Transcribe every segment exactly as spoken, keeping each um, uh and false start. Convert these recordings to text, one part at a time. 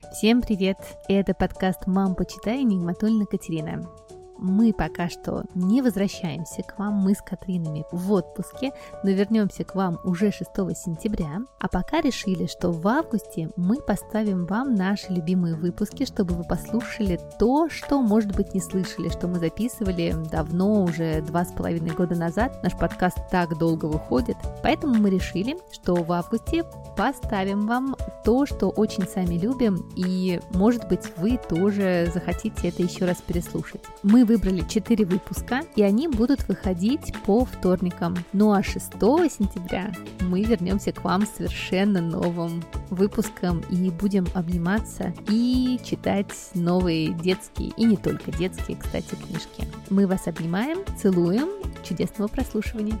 Всем привет! Это подкаст «Мам, почитай» Нигматульна Катерина. Мы пока что не возвращаемся к вам, мы с Катринами в отпуске, но вернемся к вам уже шестого сентября, а пока решили, что в августе мы поставим вам наши любимые выпуски, чтобы вы послушали то, что, может быть, не слышали, что мы записывали давно, уже два с половиной года назад. Наш подкаст так долго выходит, поэтому мы решили, что в августе поставим вам то, что очень сами любим, и, может быть, вы тоже захотите это еще раз переслушать. Мы выбрали четыре выпуска, и они будут выходить по вторникам. Ну а шестого сентября мы вернемся к вам с совершенно новым выпуском и будем обниматься и читать новые детские, и не только детские, кстати, книжки. Мы вас обнимаем, целуем, чудесного прослушивания.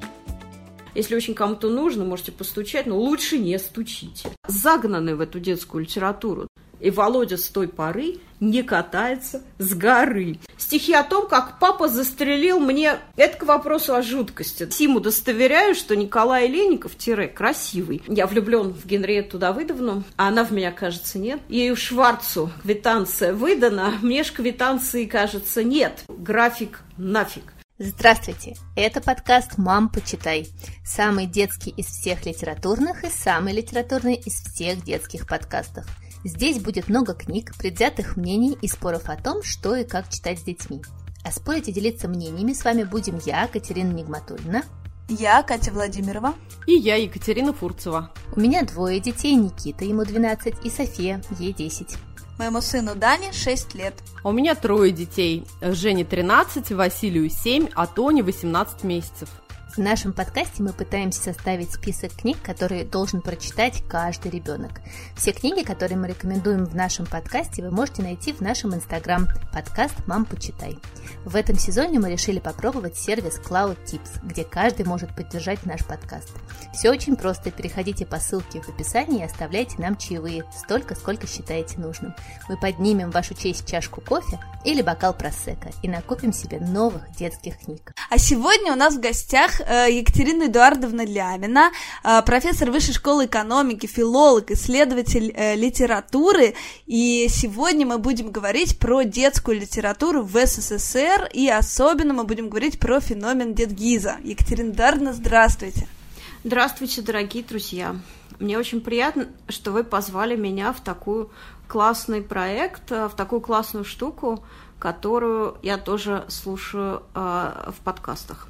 Если очень кому-то нужно, можете постучать, но лучше не стучите. Загнаны в эту детскую литературу. И Володя с той поры не катается с горы. Стихи о том, как папа застрелил мне... Это к вопросу о жуткости. Симу удостоверяю, что Николай Леников, тире, красивый. Я влюблен в Генриетту Давыдовну, а она в меня, кажется, нет. Ею Шварцу квитанция выдана, мне ж квитанции, кажется, нет. График нафиг. Здравствуйте! Это подкаст «Мам, почитай». Самый детский из всех литературных и самый литературный из всех детских подкастов. Здесь будет много книг, предвзятых мнений и споров о том, что и как читать с детьми. А спорить и делиться мнениями с вами будем я, Катерина Нигматульна. Я, Катя Владимирова. И я, Екатерина Фурцева. У меня двое детей, Никита, ему двенадцать, и София, ей десять. Моему сыну Дане шесть лет. А у меня трое детей. Жене тринадцать, Василию семь, а Тоне восемнадцать месяцев. В нашем подкасте мы пытаемся составить список книг, которые должен прочитать каждый ребенок. Все книги, которые мы рекомендуем в нашем подкасте, вы можете найти в нашем инстаграм подкаст «Мам, почитай». В этом сезоне мы решили попробовать сервис Cloud Tips, где каждый может поддержать наш подкаст. Все очень просто. Переходите по ссылке в описании и оставляйте нам чаевые, столько, сколько считаете нужным. Мы поднимем в вашу честь чашку кофе или бокал просекко и накупим себе новых детских книг. А сегодня у нас в гостях Екатерина Эдуардовна Лямина, профессор Высшей школы экономики, филолог, исследователь литературы. И сегодня мы будем говорить про детскую литературу в СССР, и особенно мы будем говорить про феномен Дед-Гиза. Екатерина Эдуардовна, здравствуйте. Здравствуйте, дорогие друзья. Мне очень приятно, что вы позвали меня в такой классный проект, в такую классную штуку, которую я тоже слушаю в подкастах.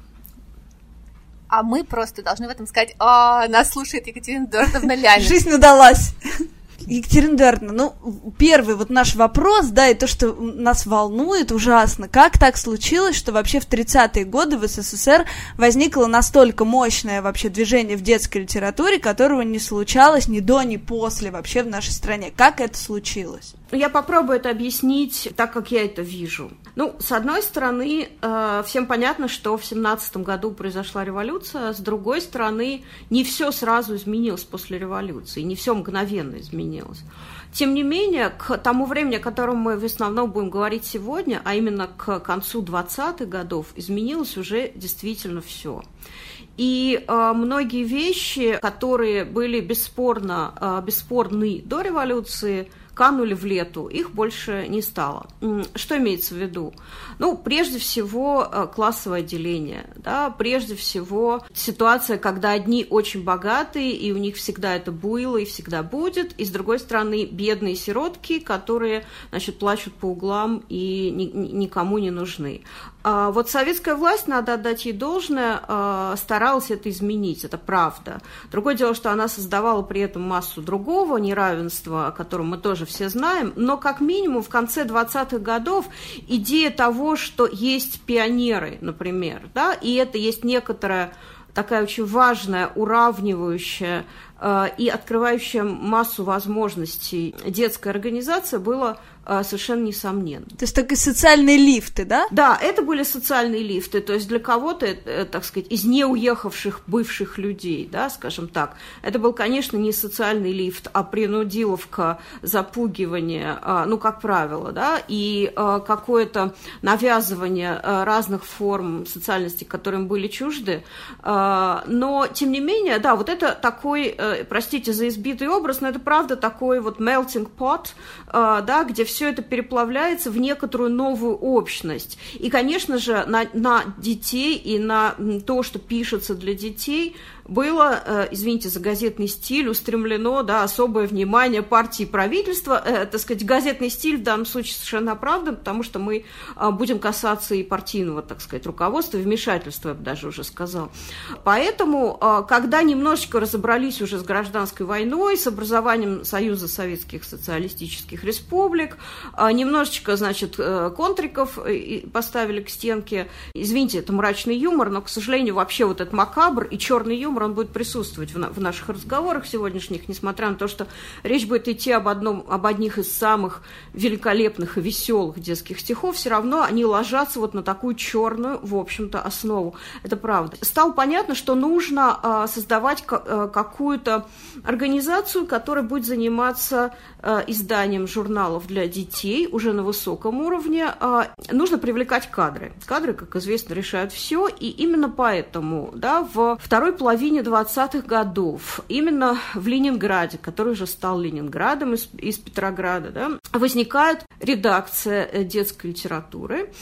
А мы просто должны в этом сказать: а, нас слушает Екатерина Эдуардовна Лямина. Жизнь удалась. Екатерина Эдуардовна, ну, первый вот наш вопрос, да, и то, что нас волнует ужасно, как так случилось, что вообще в тридцатые годы в СССР возникло настолько мощное вообще движение в детской литературе, которого не случалось ни до, ни после вообще в нашей стране. Как это случилось? Я попробую это объяснить так, как я это вижу. Ну, с одной стороны, всем понятно, что в семнадцатом году произошла революция, с другой стороны, не все сразу изменилось после революции, не все мгновенно изменилось. Тем не менее, к тому времени, о котором мы в основном будем говорить сегодня, а именно к концу двадцатых годов, изменилось уже действительно все. И э, многие вещи, которые были бесспорно, э, бесспорны до революции, канули в лету, их больше не стало. Что имеется в виду? Ну, прежде всего, классовое деление, да, прежде всего, ситуация, когда одни очень богатые, и у них всегда это было и всегда будет, и, с другой стороны, бедные сиротки, которые, значит, плачут по углам и ни, никому не нужны. А вот советская власть, надо отдать ей должное, старалась это изменить, это правда. Другое дело, что она создавала при этом массу другого неравенства, о котором мы тоже все знаем, но как минимум в конце двадцатых годов идея того, что есть пионеры, например, да, и это есть некоторая такая очень важная, уравнивающая э, и открывающая массу возможностей детская организация, была совершенно несомненно. То есть такие социальные лифты, да? Да, это были социальные лифты, то есть для кого-то, так сказать, из неуехавших бывших людей, да, скажем так, это был, конечно, не социальный лифт, а принудиловка, запугивание, ну, как правило, да, и какое-то навязывание разных форм социальности, которым были чужды, но, тем не менее, да, вот это такой конечно, простите за избитый образ, но это правда такой вот melting pot, да, где все это переплавляется в некоторую новую общность. И, конечно же, на, на детей и на то, что пишется для детей, было, э, извините за газетный стиль, устремлено, да, особое внимание партии и правительства. Э, так сказать, газетный стиль в данном случае совершенно оправдан, потому что мы э, будем касаться и партийного, так сказать, руководства, вмешательства, я бы даже уже сказала. Поэтому, э, когда немножечко разобрались уже с гражданской войной, с образованием Союза Советских Социалистических Республик, э, немножечко, значит, э, контриков э, поставили к стенке. Извините, это мрачный юмор, но, к сожалению, вообще вот этот макабр и черный юмор, он будет присутствовать в, на, в наших разговорах сегодняшних, несмотря на то, что речь будет идти об, одном, об одних из самых великолепных и веселых детских стихов, все равно они ложатся вот на такую черную, в общем-то, основу. Это правда. Стало понятно, что нужно а, создавать а, какую-то организацию, которая будет заниматься а, изданием журналов для детей уже на высоком уровне. А, нужно привлекать кадры. Кадры, как известно, решают все, и именно поэтому, да, в второй половине двадцатых годов, именно в Ленинграде, который уже стал Ленинградом из, из Петрограда, да, возникает редакция детской литературы,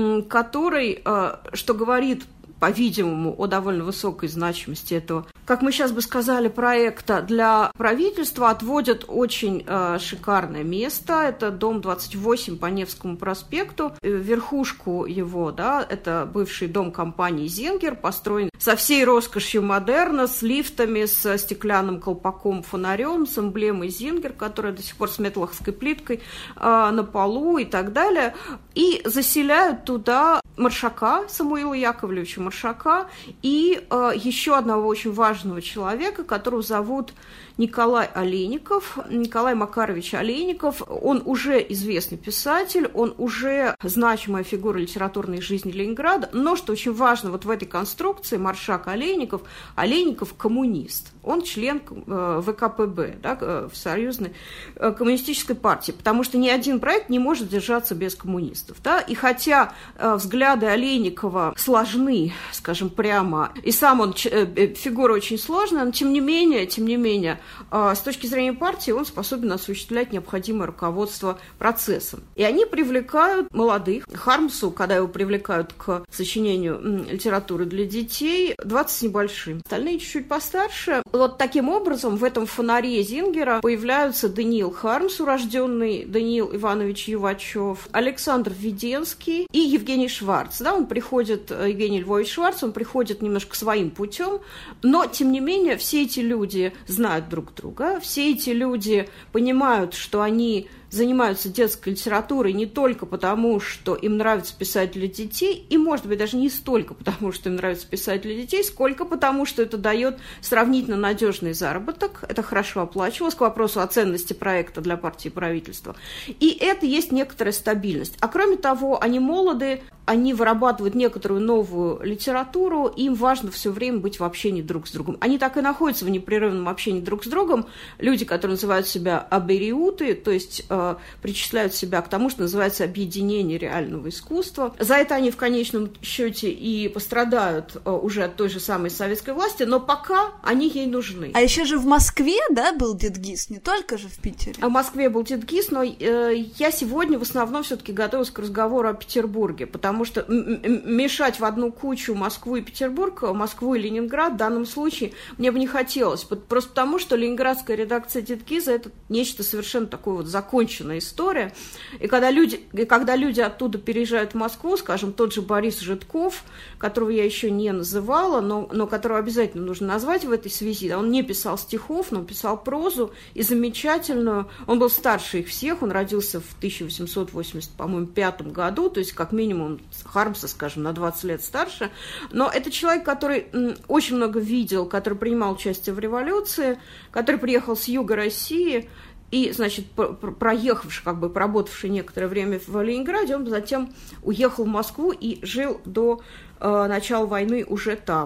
которой, что говорит, по-видимому, о довольно высокой значимости этого, как мы сейчас бы сказали, проекта для правительства, отводят очень э, шикарное место. Это дом двадцать восемь по Невскому проспекту. Верхушку его, да, это бывший дом компании «Зингер», построен со всей роскошью модерна, с лифтами, с стеклянным колпаком, фонарем, с эмблемой «Зингер», которая до сих пор с метлаховской плиткой э, на полу и так далее. И заселяют туда Маршака, Самуила Яковлевича Маршака, и э, еще одного очень важного человека, которого зовут Николай Олейников, Николай Макарович Олейников. Он уже известный писатель, он уже значимая фигура литературной жизни Ленинграда, но, что очень важно вот в этой конструкции, Маршак Олейников, Олейников коммунист. Он член э, ВКПБ, да, э, в Союзной э, коммунистической партии, потому что ни один проект не может держаться без коммунистов. Да? И хотя э, взгляды Олейникова сложны, скажем прямо, и сам он э, фигура очень сложная, но тем не менее, тем не менее, э, с точки зрения партии он способен осуществлять необходимое руководство процессом. И они привлекают молодых. Хармсу, когда его привлекают к сочинению литературы для детей, двадцать с небольшим. Остальные чуть-чуть постарше. Вот таким образом в этом фонаре Зингера появляются Даниил Хармс, урожденный Даниил Иванович Ювачев, Александр Веденский и Евгений Шварц. Да, он приходит, Евгений Львович Шварц, он приходит немножко своим путем, но, тем не менее, все эти люди знают друг друга, все эти люди понимают, что они занимаются детской литературой не только потому, что им нравится писать для детей, и, может быть, даже не столько потому, что им нравится писать для детей, сколько потому, что это дает сравнительно надежный заработок, это хорошо оплачивалось, к вопросу о ценности проекта для партии и правительства, и это есть некоторая стабильность. А кроме того, они молоды, они вырабатывают некоторую новую литературу, и им важно все время быть в общении друг с другом. Они так и находятся в непрерывном общении друг с другом, люди, которые называют себя абериуты, то есть э, причисляют себя к тому, что называется объединение реального искусства. За это они в конечном счете и пострадают э, уже от той же самой советской власти, но пока они ей нужны. А еще же в Москве, да, был Дедгиз, не только же в Питере. А в Москве был Дедгиз, но э, я сегодня в основном все-таки готовилась к разговору о Петербурге, потому что мешать в одну кучу Москву и Петербург, Москву и Ленинград в данном случае мне бы не хотелось. Просто потому, что ленинградская редакция Дедгиза – это нечто совершенно такое вот законченная история. И когда люди, и когда люди оттуда переезжают в Москву, скажем, тот же Борис Житков, которого я еще не называла, но, но которого обязательно нужно назвать в этой связи, он не писал стихов, но он писал прозу, и замечательную. Он был старше их всех, он родился в тысяча восемьсот восемьдесят пятом году, то есть как минимум Хармса, скажем, на двадцать лет старше, но это человек, который м, очень много видел, который принимал участие в революции, который приехал с юга России и, значит, проехавший, как бы поработавший некоторое время в Ленинграде, он затем уехал в Москву и жил до э, начала войны уже там.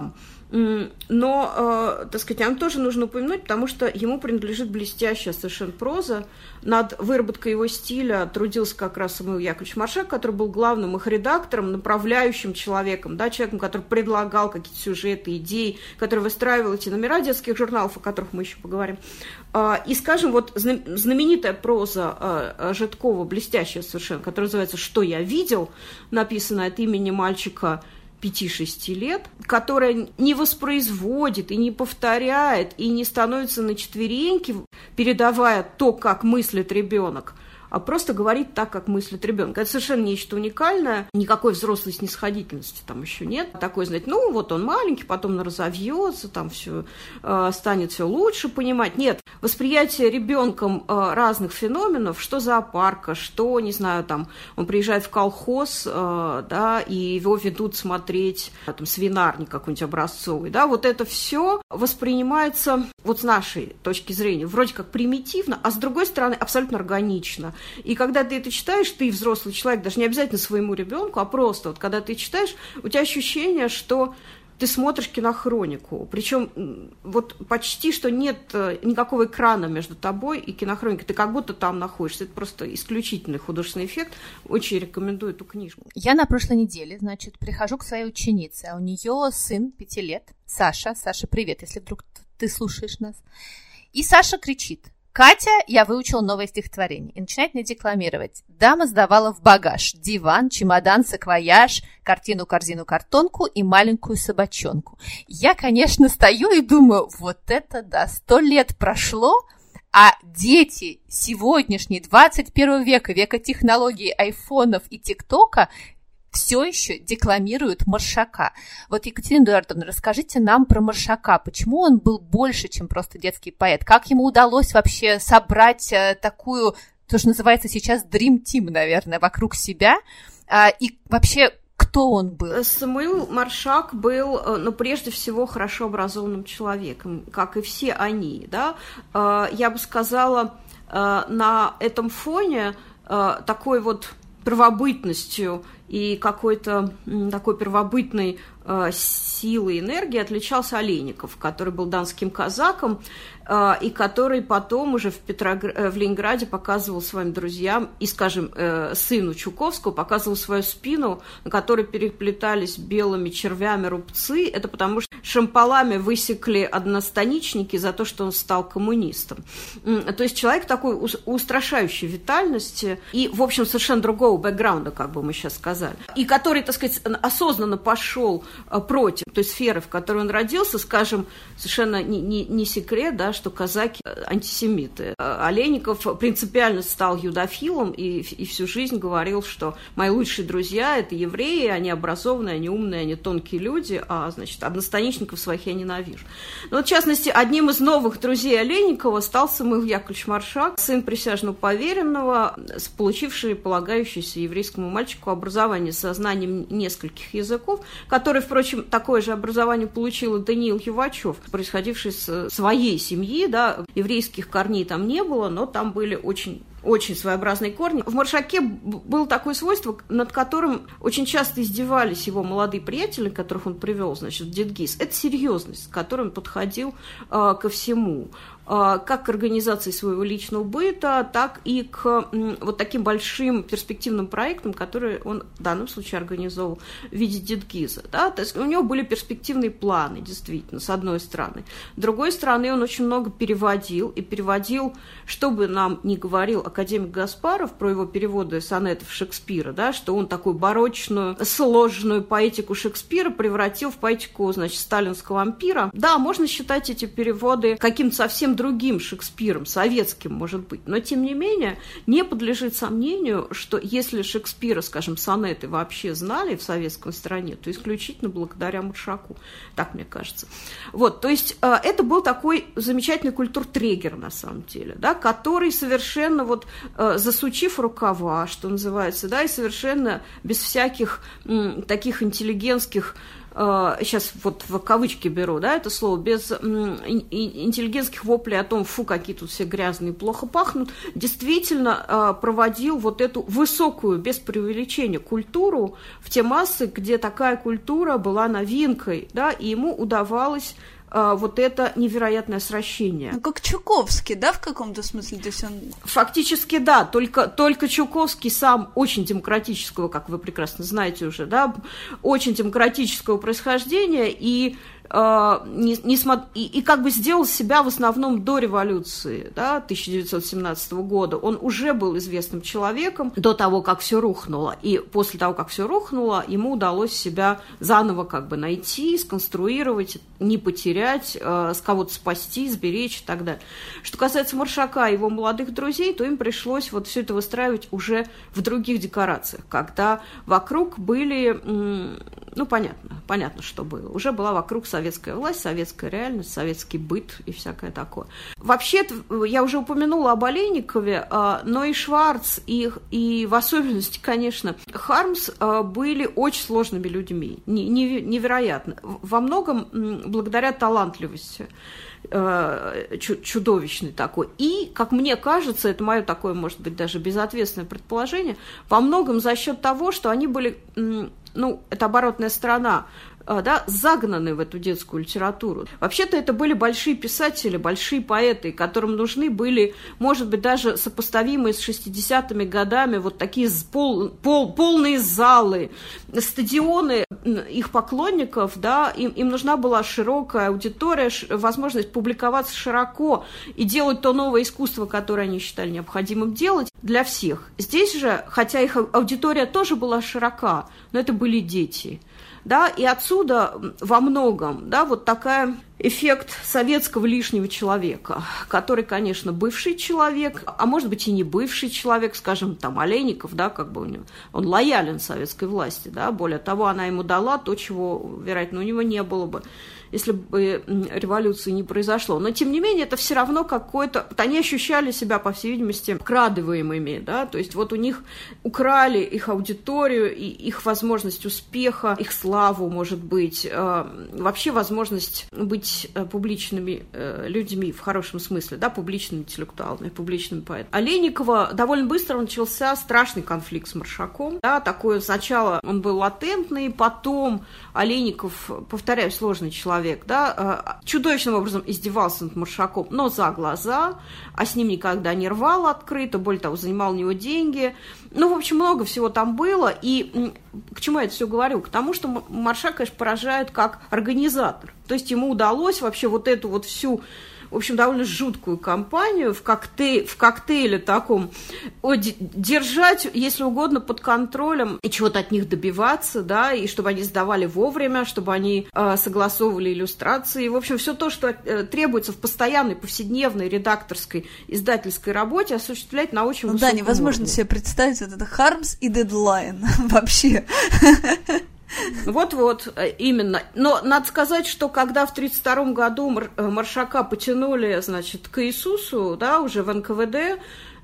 Но, э, так сказать, нам тоже нужно упомянуть, потому что ему принадлежит блестящая совершенно проза. Над выработкой его стиля трудился как раз Самуил Яковлевич Маршак, который был главным их редактором, направляющим человеком, да, человеком, который предлагал какие-то сюжеты, идеи, который выстраивал эти номера детских журналов, о которых мы еще поговорим. И, скажем, вот знаменитая проза Житкова, блестящая совершенно, которая называется «Что я видел», написанная от имени мальчика пяти-шести лет, которая не воспроизводит и не повторяет, и не становится на четвереньки, передавая то, как мыслит ребенок, а просто говорит так, как мыслит ребенок. Это совершенно нечто уникальное, никакой взрослой снисходительности там еще нет. Такое, знаете, ну вот он маленький, потом разовьется, там все э, станет все лучше понимать. Нет, восприятие ребенком э, разных феноменов, что зоопарка, что, не знаю, там он приезжает в колхоз, э, да, и его ведут смотреть там свинарник какой-нибудь образцовый, да, вот это все воспринимается вот с нашей точки зрения вроде как примитивно, а с другой стороны абсолютно органично. И когда ты это читаешь, ты взрослый человек, даже не обязательно своему ребенку, а просто вот когда ты читаешь, у тебя ощущение, что ты смотришь кинохронику. Причем вот почти что нет никакого экрана между тобой и кинохроникой. Ты как будто там находишься. Это просто исключительный художественный эффект. Очень рекомендую эту книжку. Я на прошлой неделе, значит, прихожу к своей ученице, а у нее сын пяти лет, Саша. Саша, привет, если вдруг ты слушаешь нас. И Саша кричит: «Катя, я выучила новое стихотворение», и начинает мне декламировать. Дама сдавала в багаж диван, чемодан, саквояж, картину, корзину, картонку и маленькую собачонку. Я, конечно, стою и думаю, вот это да, сто лет прошло, а дети сегодняшней двадцать первого века, века технологий, айфонов и тиктока, все еще декламируют Маршака. Вот, Екатерина Эдуардовна, расскажите нам про Маршака. Почему он был больше, чем просто детский поэт? Как ему удалось вообще собрать такую, то, что называется сейчас Dream Team, наверное, вокруг себя? И вообще, кто он был? Самуил Маршак был, ну, прежде всего, хорошо образованным человеком, как и все они, да. Я бы сказала, на этом фоне такой вот первобытностью и какой-то такой первобытной э, силой, энергией отличался Олейников, который был донским казаком, э, и который потом уже в, Петрогр... в Ленинграде показывал своим друзьям и, скажем, э, сыну Чуковского, показывал свою спину, на которой переплетались белыми червями рубцы. Это потому что шампалами высекли одностаничники за то, что он стал коммунистом. То есть человек такой устрашающей витальности и, в общем, совершенно другого бэкграунда, как бы мы сейчас сказали, и который, так сказать, осознанно пошел против той сферы, в которой он родился, скажем, совершенно не, не, не секрет, да, что казаки антисемиты. Олейников принципиально стал юдофилом и, и всю жизнь говорил, что мои лучшие друзья – это евреи, они образованные, они умные, они тонкие люди, а, значит, одностаничников своих я ненавижу. Но, вот, в частности, одним из новых друзей Олейникова стал Самуил Яковлевич Маршак, сын присяжного поверенного, получивший полагающееся еврейскому мальчику образование со знанием нескольких языков, который, впрочем, такое же образование получил и Даниил Ювачев, происходивший с своей семьи, да, еврейских корней там не было, но там были очень очень своеобразные корни. В Маршаке было такое свойство, над которым очень часто издевались его молодые приятели, которых он привел, значит, в Дедгиз. Это серьезность, с которой он подходил э, ко всему. Как к организации своего личного быта, так и к вот таким большим перспективным проектам, которые он в данном случае организовал в виде Дедгиза. Да? То есть у него были перспективные планы, действительно, с одной стороны. С другой стороны, он очень много переводил, и переводил, что бы нам ни говорил академик Гаспаров про его переводы сонетов Шекспира, да, что он такую барочную, сложную поэтику Шекспира превратил в поэтику, значит, сталинского ампира. Да, можно считать эти переводы каким-то совсем другим Шекспиром, советским, может быть, но, тем не менее, не подлежит сомнению, что если Шекспира, скажем, сонеты вообще знали в советской стране, то исключительно благодаря Маршаку, так мне кажется. Вот, то есть это был такой замечательный культуртрегер, на самом деле, да, который совершенно вот засучив рукава, что называется, да, и совершенно без всяких м, таких интеллигентских сейчас вот в кавычки беру, да, это слово, без интеллигентских воплей о том, фу, какие тут все грязные, плохо пахнут, действительно проводил вот эту высокую, без преувеличения, культуру в те массы, где такая культура была новинкой, да, и ему удавалось вот это невероятное сращение. Ну, как Чуковский, да, в каком-то смысле? То есть он... Фактически, да, только, только Чуковский сам очень демократического, как вы прекрасно знаете уже, да, очень демократического происхождения, и Не, не смо... и, и как бы сделал себя в основном до революции, да, тысяча девятьсот семнадцатого года. Он уже был известным человеком до того, как все рухнуло. И после того, как все рухнуло, ему удалось себя заново как бы найти, сконструировать, не потерять, э, с кого-то спасти, сберечь и так далее. Что касается Маршака и его молодых друзей, то им пришлось вот все это выстраивать уже в других декорациях, когда вокруг были, м- ну, понятно, понятно, что было. Уже была вокруг советская власть, советская реальность, советский быт и всякое такое. Вообще, я уже упомянула об Олейникове, но и Шварц, и, и в особенности, конечно, Хармс были очень сложными людьми, невероятно. Во многом благодаря талантливости чудовищный такой. И, как мне кажется, это мое такое, может быть, даже безответственное предположение, во многом за счет того, что они были, ну, это оборотная сторона, да, загнаны в эту детскую литературу. Вообще-то это были большие писатели, большие поэты, которым нужны были, может быть, даже сопоставимые с шестидесятыми годами вот такие пол, пол, полные залы, стадионы их поклонников, да, им, им нужна была широкая аудитория, возможность публиковаться широко и делать то новое искусство, которое они считали необходимым делать для всех. Здесь же, хотя их аудитория тоже была широка, но это были дети. Да, и отсюда во многом, да, вот такая эффект советского лишнего человека, который, конечно, бывший человек, а может быть и не бывший человек, скажем, там, Олейников, да, как бы у него, он лоялен советской власти, да, более того, она ему дала то, чего, вероятно, у него не было бы, если бы революции не произошло. Но, тем не менее, это все равно какой-то... Вот они ощущали себя, по всей видимости, вкрадываемыми, да, то есть вот у них украли их аудиторию, и их возможность успеха, их славу, может быть, вообще возможность быть публичными людьми в хорошем смысле, да, публичными интеллектуалами, публичными поэтами. Олейникова довольно быстро начался страшный конфликт с Маршаком, да, такой сначала он был латентный, потом Олейников, повторяю, сложный человек, да, чудовищным образом издевался над Маршаком, но за глаза, а с ним никогда не рвал открыто, более того, занимал у него деньги. Ну, в общем, много всего там было, и к чему я это все говорю? К тому, что Маршак, конечно, поражает как организатор. То есть ему удалось вообще вот эту вот всю, в общем, довольно жуткую кампанию в, коктейль, в коктейле таком держать, если угодно, под контролем и чего-то от них добиваться, да, и чтобы они сдавали вовремя, чтобы они э, согласовывали иллюстрации. В общем, все то, что э, требуется в постоянной, повседневной редакторской, издательской работе, осуществлять на очень ну, высоком да, невозможно уровне. себе представить вот это Хармс и Дедлайн вообще. Вот-вот, именно. Но надо сказать, что когда в тридцать втором году Маршака потянули, значит, к Иисусу, да, уже в эн ка вэ дэ,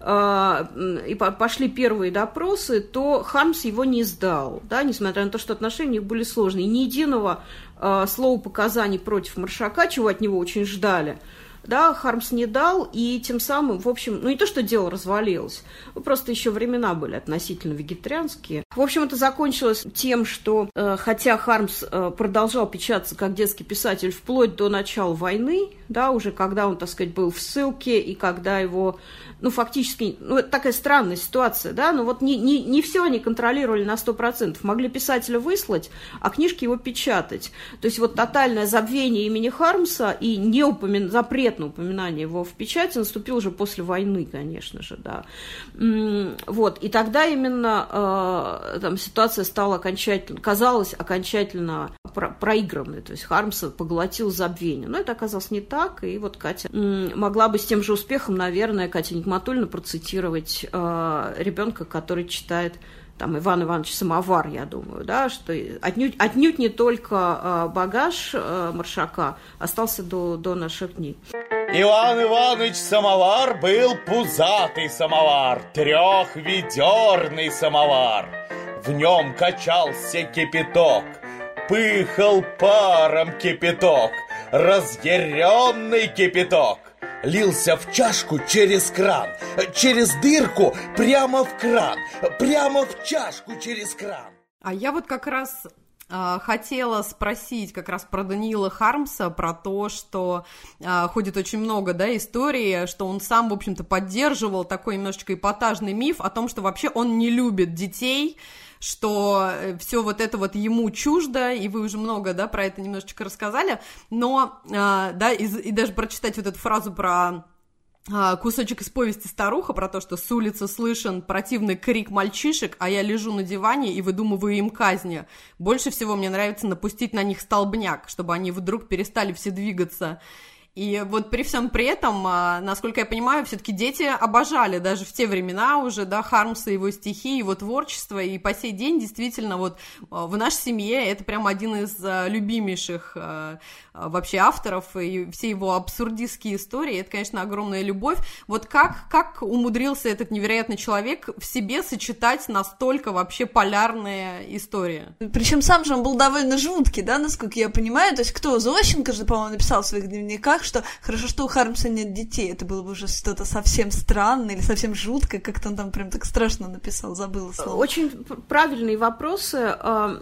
э, и пошли первые допросы, то Хармс его не сдал, да, несмотря на то, что отношения их были сложные. Ни единого э, слова показаний против Маршака, чего от него очень ждали, да, Хармс не дал, и тем самым, в общем, ну не то, что дело развалилось, просто еще времена были относительно вегетарианские. В общем, это закончилось тем, что, э, хотя Хармс э, продолжал печататься как детский писатель вплоть до начала войны, да, уже когда он, так сказать, был в ссылке, и когда его, ну, фактически, ну, это такая странная ситуация, да, но вот не, не, не все они контролировали на сто процентов, могли писателя выслать, а книжки его печатать. То есть вот тотальное забвение имени Хармса и неупомин... запрет на упоминание его в печати наступил уже после войны, конечно же, да. Вот, и тогда именно э, там ситуация стала окончательно, казалась окончательно про- проигранной, то есть Хармса поглотил забвение, но это оказалось не так, и вот Катя м- могла бы с тем же успехом, наверное, Катя Нигматульна процитировать э, ребенка, который читает там Иван Иванович Самовар, я думаю, да, что отнюдь, отнюдь не только э, багаж э, Маршака остался до, до наших дней. Иван Иванович Самовар был пузатый самовар, трехведерный самовар. В нем качался кипяток. Пыхал паром кипяток, разъяренный кипяток. Лился в чашку через кран, через дырку прямо в кран, прямо в чашку через кран. А я вот как раз э, хотела спросить как раз про Даниила Хармса, про то, что э, ходит очень много, да, историй, что он сам, в общем-то, поддерживал такой немножечко эпатажный миф о том, что вообще он не любит детей, что все вот это вот ему чуждо, и вы уже много, да, про это немножечко рассказали, но, э, да, и, и даже прочитать вот эту фразу про э, кусочек из повести «Старуха», про то, что с улицы слышен противный крик мальчишек, а я лежу на диване и выдумываю им казни. Больше всего мне нравится напустить на них столбняк, чтобы они вдруг перестали все двигаться. И вот при всем при этом, насколько я понимаю, все-таки дети обожали даже в те времена уже, да, Хармса, его стихи, его творчество, и по сей день действительно вот в нашей семье это прям один из любимейших вообще авторов, и все его абсурдистские истории, это, конечно, огромная любовь. Вот как, как умудрился этот невероятный человек в себе сочетать настолько вообще полярные истории? Причем сам же он был довольно жуткий, да, насколько я понимаю, то есть кто, Зощенко же, по-моему, написал в своих дневниках, что хорошо, что у Хармса нет детей, это было бы уже что-то совсем странное или совсем жуткое, как-то он там прям так страшно написал, забыла слово. Очень правильные вопросы,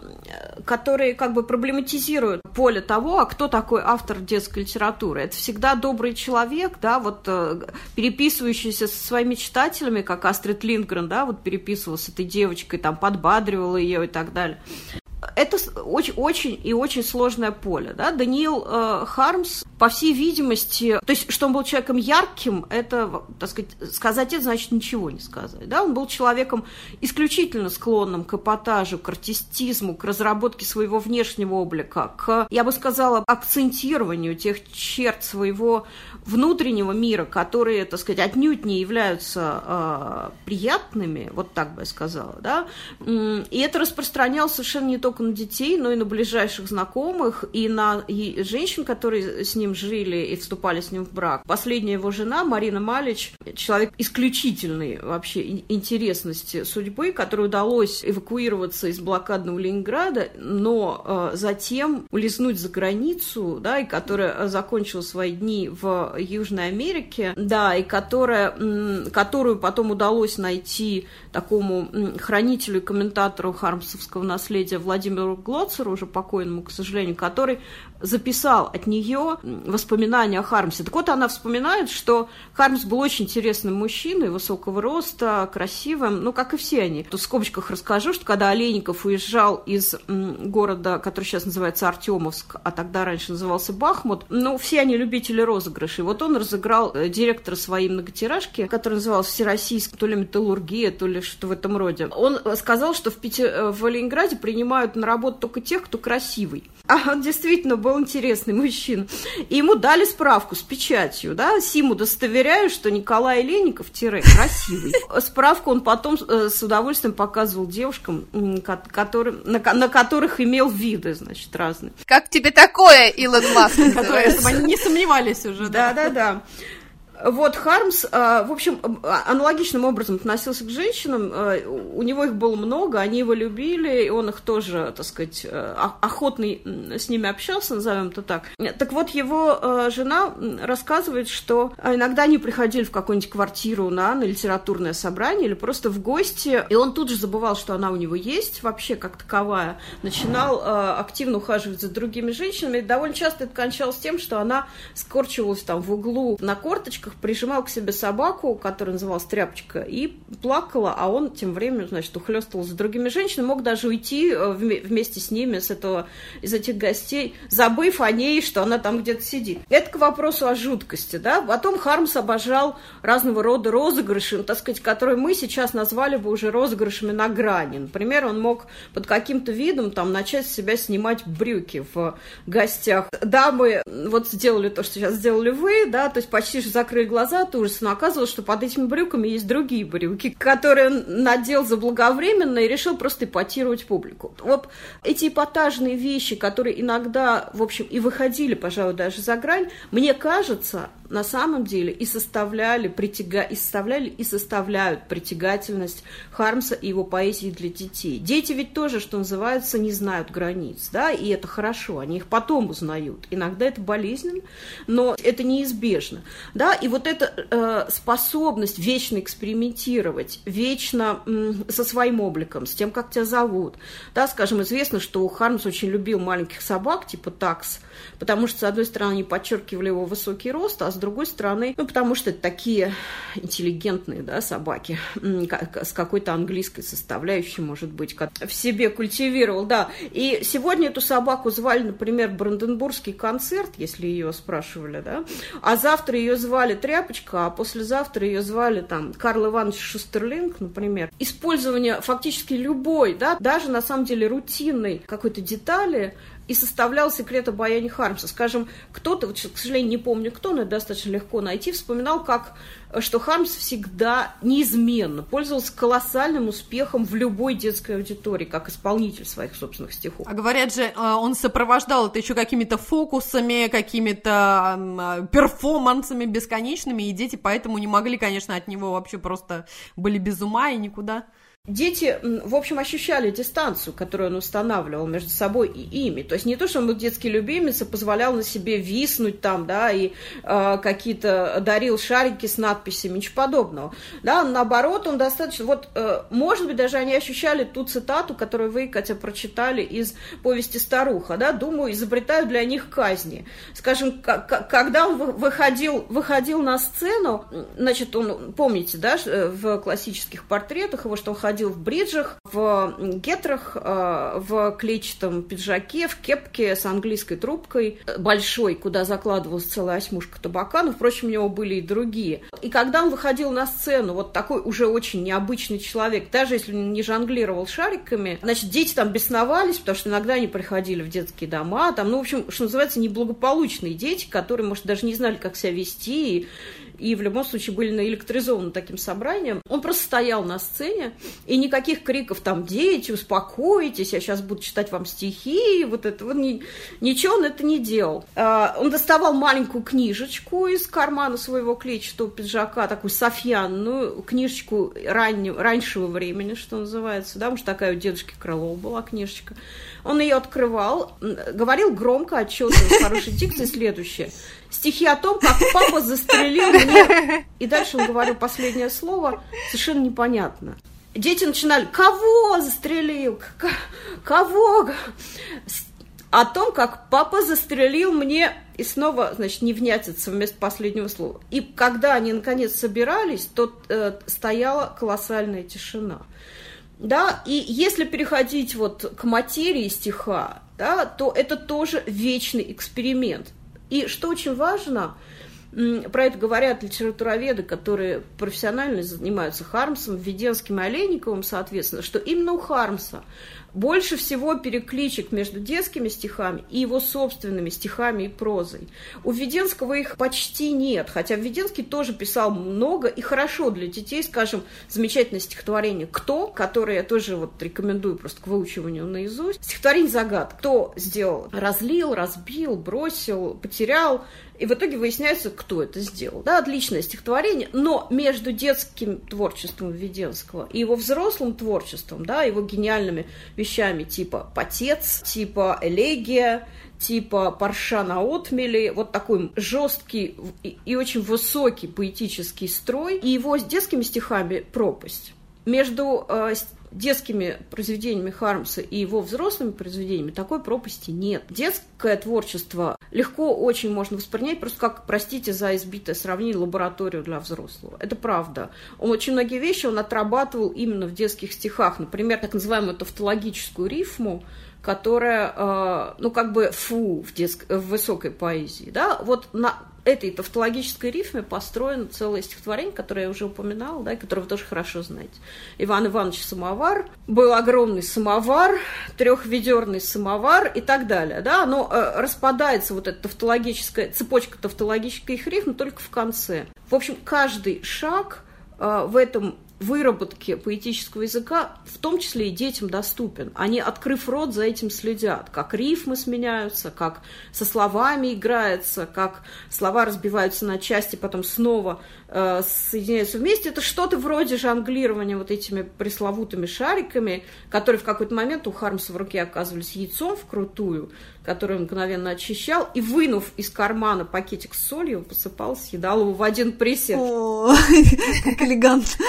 которые как бы проблематизируют поле того, а кто такой автор детской литературы. Это всегда добрый человек, да, вот переписывающийся со своими читателями, как Астрид Линдгрен, да, вот переписывалась с этой девочкой, там подбадривала ее и так далее. Это очень, очень и очень сложное поле, да. Даниил э, Хармс, по всей видимости, то есть, что он был человеком ярким, это, так сказать, сказать это значит ничего не сказать, да. Он был человеком исключительно склонным к эпатажу, к артистизму, к разработке своего внешнего облика, к, я бы сказала, акцентированию тех черт своего внутреннего мира, которые, так сказать, отнюдь не являются э, приятными, вот так бы я сказала, да. И это распространялось совершенно не только на детей, но и на ближайших знакомых, и на и женщин, которые с ним жили и вступали с ним в брак. Последняя его жена, Марина Малич, человек исключительной вообще интересности судьбы, которой удалось эвакуироваться из блокадного Ленинграда, но э, затем улизнуть за границу, да, и которая закончила свои дни в Южной Америке, да, и которая, м, которую потом удалось найти такому м, хранителю и комментатору хармсовского наследия Владимиру Глоцеру, уже покойному, к сожалению, который записал от нее воспоминания о Хармсе. Так вот, она вспоминает, что Хармс был очень интересным мужчиной, высокого роста, красивым, ну, как и все они. Тут в скобочках расскажу, что когда Олейников уезжал из города, который сейчас называется Артемовск, а тогда раньше назывался Бахмут, ну, все они любители розыгрышей. Вот он разыграл директора своей многотиражки, который назывался «Всероссийская то ли металлургия, то ли что в этом роде». Он сказал, что в, Пите... в Ленинграде принимают на работу только тех, кто красивый. А он действительно был интересный мужчина. И ему дали справку с печатью, да, сим удостоверяю, что Николай Олейников, тире, красивый. Справку он потом с удовольствием показывал девушкам, которые, на, на которых имел виды, значит, разные. Как тебе такое, Илон Маск? Чтобы они не сомневались уже. Да-да-да. Вот Хармс, в общем, аналогичным образом относился к женщинам, у него их было много, они его любили, и он их тоже, так сказать, охотно с ними общался, назовем это так. Так вот, его жена рассказывает, что иногда они приходили в какую-нибудь квартиру на, на литературное собрание или просто в гости, и он тут же забывал, что она у него есть, вообще как таковая, начинал активно ухаживать за другими женщинами, и довольно часто это кончалось тем, что она скорчивалась там в углу на корточках, прижимал к себе собаку, которая называлась Тряпочка, и плакала, а он тем временем, значит, ухлёстывал за другими женщинами, мог даже уйти вместе с ними, с этого, из этих гостей, забыв о ней, что она там где-то сидит. Это к вопросу о жуткости, да. Потом Хармс обожал разного рода розыгрыши, ну, так сказать, которые мы сейчас назвали бы уже розыгрышами на грани. Например, он мог под каким-то видом там начать с себя снимать брюки в гостях. Дамы вот сделали то, что сейчас сделали вы, да, то есть почти же закрыли открыли глаза от ужаса, но оказывалось, что под этими брюками есть другие брюки, которые он надел заблаговременно и решил просто эпатировать публику. Вот эти эпатажные вещи, которые иногда, в общем, и выходили, пожалуй, даже за грань, мне кажется, на самом деле и составляли, притяга... и составляли и составляют притягательность Хармса и его поэзии для детей. Дети ведь тоже, что называется, не знают границ, да, и это хорошо, они их потом узнают. Иногда это болезненно, но это неизбежно, да, и вот эта э, способность вечно экспериментировать, вечно э, со своим обликом, с тем, как тебя зовут, да, скажем, известно, что Хармс очень любил маленьких собак, типа такс, потому что, с одной стороны, они подчеркивали его высокий рост, а с другой стороны, ну, потому что это такие интеллигентные, да, собаки, с какой-то английской составляющей, может быть, в себе культивировал, да. И сегодня эту собаку звали, например, Бранденбургский концерт, если ее спрашивали, да, а завтра ее звали Тряпочка, а послезавтра ее звали, там, Карл Иванович Шустерлинг, например. Использование фактически любой, да, даже, на самом деле, рутинной какой-то детали и составлял секрет обаяния Хармса. Скажем, кто-то, вот, к сожалению, не помню кто, но это достаточно легко найти, вспоминал, как, что Хармс всегда неизменно пользовался колоссальным успехом в любой детской аудитории, как исполнитель своих собственных стихов. А говорят же, он сопровождал это еще какими-то фокусами, какими-то перформансами бесконечными, и дети поэтому не могли, конечно, от него вообще просто были без ума и никуда. Дети, в общем, ощущали дистанцию, которую он устанавливал между собой и ими. То есть не то, что он был детский любимец и позволял на себе виснуть там, да, и э, какие-то дарил шарики с надписями, ничего подобного. Да, наоборот, он достаточно... Вот, э, может быть, даже они ощущали ту цитату, которую вы, Катя, прочитали из повести «Старуха», да, думаю, изобретаю для них казни. Скажем, к- когда он выходил, выходил на сцену, значит, он, помните, да, в классических портретах его, что он ходил в бриджах, в гетрах, в клетчатом пиджаке, в кепке с английской трубкой большой, куда закладывалась целая осьмушка табака, но, впрочем, у него были и другие. И когда он выходил на сцену, вот такой уже очень необычный человек, даже если он не жонглировал шариками, значит, дети там бесновались, потому что иногда они приходили в детские дома, там, ну, в общем, что называется, неблагополучные дети, которые, может, даже не знали, как себя вести, и и в любом случае были наэлектризованы таким собранием. Он просто стоял на сцене, и никаких криков там «Дети, успокойтесь, я сейчас буду читать вам стихи», вот это вот, ни, ничего он это не делал. А, он доставал маленькую книжечку из кармана своего клетчатого пиджака, такую софьянную книжечку раннего, раньшего времени, что называется, да, потому что такая у дедушки Крылова была книжечка. Он ее открывал, говорил громко, отчетливо, с хорошей дикцией следующее. Стихи о том, как папа застрелил мне. И дальше он говорил последнее слово, совершенно непонятно. Дети начинали: кого застрелил? К- кого? О том, как папа застрелил мне. И снова, значит, невнятица вместо последнего слова. И когда они, наконец, собирались, то э, стояла колоссальная тишина. Да, и если переходить вот к материи стиха, да, то это тоже вечный эксперимент. И что очень важно, про это говорят литературоведы, которые профессионально занимаются Хармсом, Введенским и Олейниковым, соответственно, что именно у Хармса больше всего перекличек между детскими стихами и его собственными стихами и прозой. У Введенского их почти нет, хотя Введенский тоже писал много и хорошо для детей, скажем, замечательное стихотворение «Кто?», которое я тоже вот рекомендую просто к выучиванию наизусть. Стихотворение загадка. Кто сделал? Разлил, разбил, бросил, потерял. И в итоге выясняется, кто это сделал. Да, отличное стихотворение, но между детским творчеством Введенского и его взрослым творчеством, да, его гениальными вещами типа «Потец», типа «Элегия», типа «Парша на отмели», вот такой жесткий и, и очень высокий поэтический строй, и его с детскими стихами пропасть. Между э, детскими произведениями Хармса и его взрослыми произведениями такой пропасти нет. Детское творчество легко очень можно воспринять просто как, простите за избитое сравнение, лабораторию для взрослого. Это правда. Он очень многие вещи он отрабатывал именно в детских стихах. Например, так называемую тавтологическую рифму, которая, э, ну, как бы фу в, детск... в высокой поэзии, да, вот на... этой тавтологической рифме построено целое стихотворение, которое я уже упоминала, да, и которое вы тоже хорошо знаете. Иван Иванович Самовар, был огромный самовар, трехведерный самовар и так далее. Да? Оно э, распадается, вот эта тавтологическая, цепочка тавтологических рифм только в конце. В общем, каждый шаг э, в этом выработке поэтического языка, в том числе и детям, доступен. Они, открыв рот, за этим следят. Как рифмы сменяются, как со словами играется, как слова разбиваются на части, потом снова э, соединяются вместе. Это что-то вроде жонглирования вот этими пресловутыми шариками, которые в какой-то момент у Хармса в руке оказывались яйцом вкрутую, который он мгновенно очищал, и, вынув из кармана пакетик с солью, посыпал, съедал его в один присед. О, как элегантно.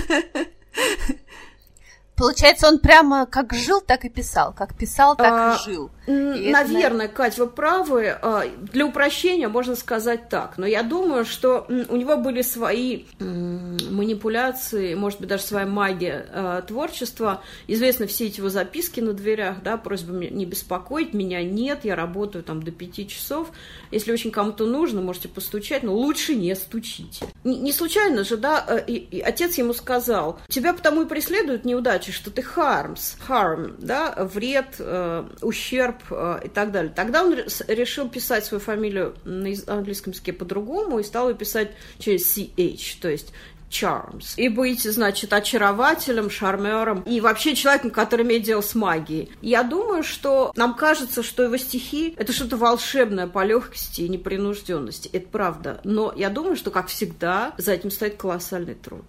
Получается, он прямо как жил, так и писал. Как писал, так а, и жил. И наверное, это... Кать, вы правы. Для упрощения можно сказать так. Но я думаю, что у него были свои манипуляции, может быть, даже своя магия творчества. Известны все эти его записки на дверях, да, просьба не беспокоить, меня нет, я работаю там до пяти часов. Если очень кому-то нужно, можете постучать, но лучше не стучите. Не, не случайно же, да, и, и отец ему сказал, тебя потому и преследуют неудачи, что ты harms, harm, да, вред, э, ущерб э, и так далее. Тогда он решил писать свою фамилию на английском языке по-другому и стал ее писать через си эйч, то есть charms. И быть, значит, очарователем, шармером и вообще человеком, который имеет дело с магией. Я думаю, что нам кажется, что его стихи — это что-то волшебное по легкости и непринужденности. Это правда. Но я думаю, что, как всегда, за этим стоит колоссальный труд.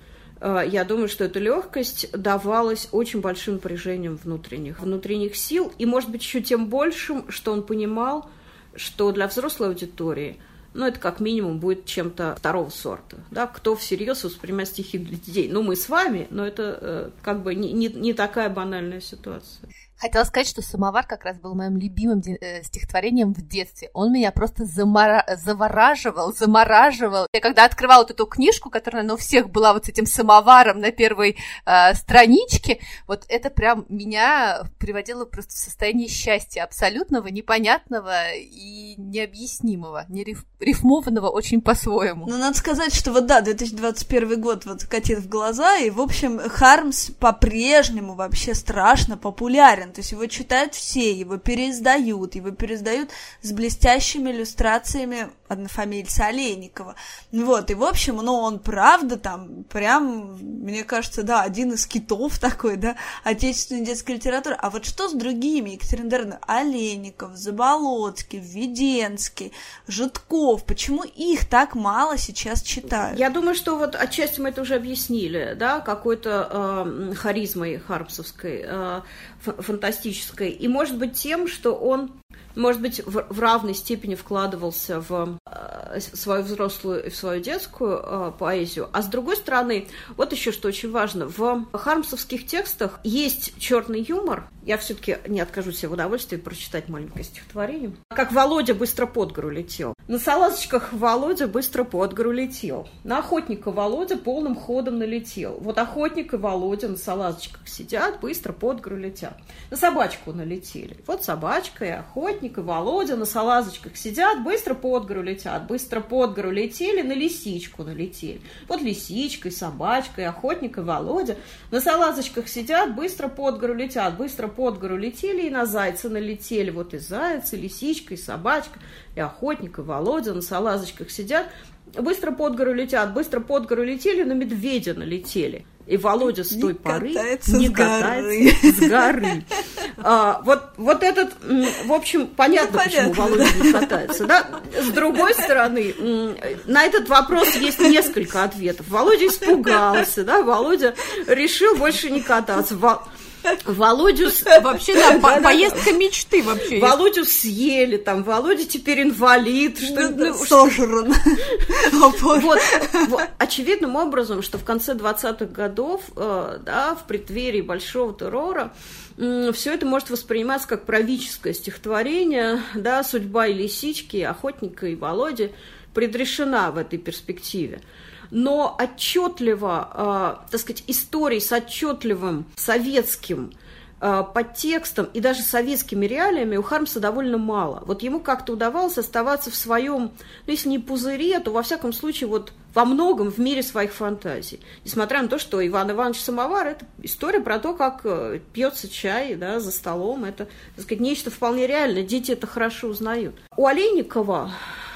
Я думаю, что эта легкость давалась очень большим напряжением внутренних, внутренних сил, и, может быть, еще тем большим, что он понимал, что для взрослой аудитории, ну, это как минимум будет чем-то второго сорта, да, кто всерьез воспринимает стихи для детей. Ну, мы с вами, но это э, как бы не, не, не такая банальная ситуация. Хотела сказать, что «Самовар» как раз был моим любимым э, стихотворением в детстве. Он меня просто замора... завораживал, замораживал. Я когда открывала вот эту книжку, которая, ну, у всех была вот с этим самоваром на первой э, страничке, вот это прям меня приводило просто в состояние счастья абсолютного, непонятного и необъяснимого, нерифмованного очень по-своему. Ну, надо сказать, что вот да, две тысячи двадцать первый год вот катит в глаза, и, в общем, Хармс по-прежнему вообще страшно популярен. То есть его читают все, его переиздают, его переиздают с блестящими иллюстрациями однофамильца Олейникова. Вот, и в общем, ну, он правда там прям, мне кажется, да, один из китов такой, да, отечественной детской литературы. А вот что с другими? Екатерина Даровна, Олейников, Заболоцкий, Введенский, Житков, почему их так мало сейчас читают? Я думаю, что вот отчасти мы это уже объяснили, да, какой-то э, харизмой хармсовской, э, фантастической, и, может быть, тем, что он, может быть, в, в равной степени вкладывался в э, свою взрослую и в свою детскую э, поэзию. А с другой стороны, вот еще что очень важно, в хармсовских текстах есть черный юмор. Я все-таки не откажу себе в удовольствии прочитать маленькое стихотворение. Как Володя быстро под гору летел. На салазочках Володя быстро под гору летел. На охотника Володя полным ходом налетел. Вот охотник и Володя на салазочках сидят, быстро под гору летят. На собачку налетели. Вот собачка и охотник и Володя на салазочках сидят, быстро под гору летят. Быстро под гору летели, на лисичку налетели. Вот лисичка и собачка и охотник и Володя на салазочках сидят, быстро под гору летят. Быстро под гору летели и на зайца налетели. Вот и заяц, и лисичка, и собачка, и охотник, и Володя на салазочках сидят. Быстро под гору летят, быстро под гору летели, на медведя налетели. И Володя с той не поры катается не с катается горы. с горы. А, вот, вот этот, в общем, понятно, ну, почему понятно, Володя да. не катается. Да? С другой стороны, на этот вопрос есть несколько ответов. Володя испугался, да? Володя решил больше не кататься. Володю... Вообще, да, по- поездка мечты вообще. Володю съели, там, Володя теперь инвалид. Что, ну, сожран. Вот, вот, очевидным образом, что в конце двадцатых годов, э, да, в преддверии большого террора, э, все это может восприниматься как правительское стихотворение, да, судьба и лисички, и охотника, и Володи предрешена в этой перспективе. Но отчетливо, э, так сказать, истории с отчетливым советским подтекстом и даже советскими реалиями у Хармса довольно мало. Вот ему как-то удавалось оставаться в своем, ну, если не пузыре, то, во всяком случае, вот во многом в мире своих фантазий. Несмотря на то, что Иван Иванович Самовар – это история про то, как пьется чай, да, за столом. Это, так сказать, нечто вполне реальное. Дети это хорошо узнают. У Олейникова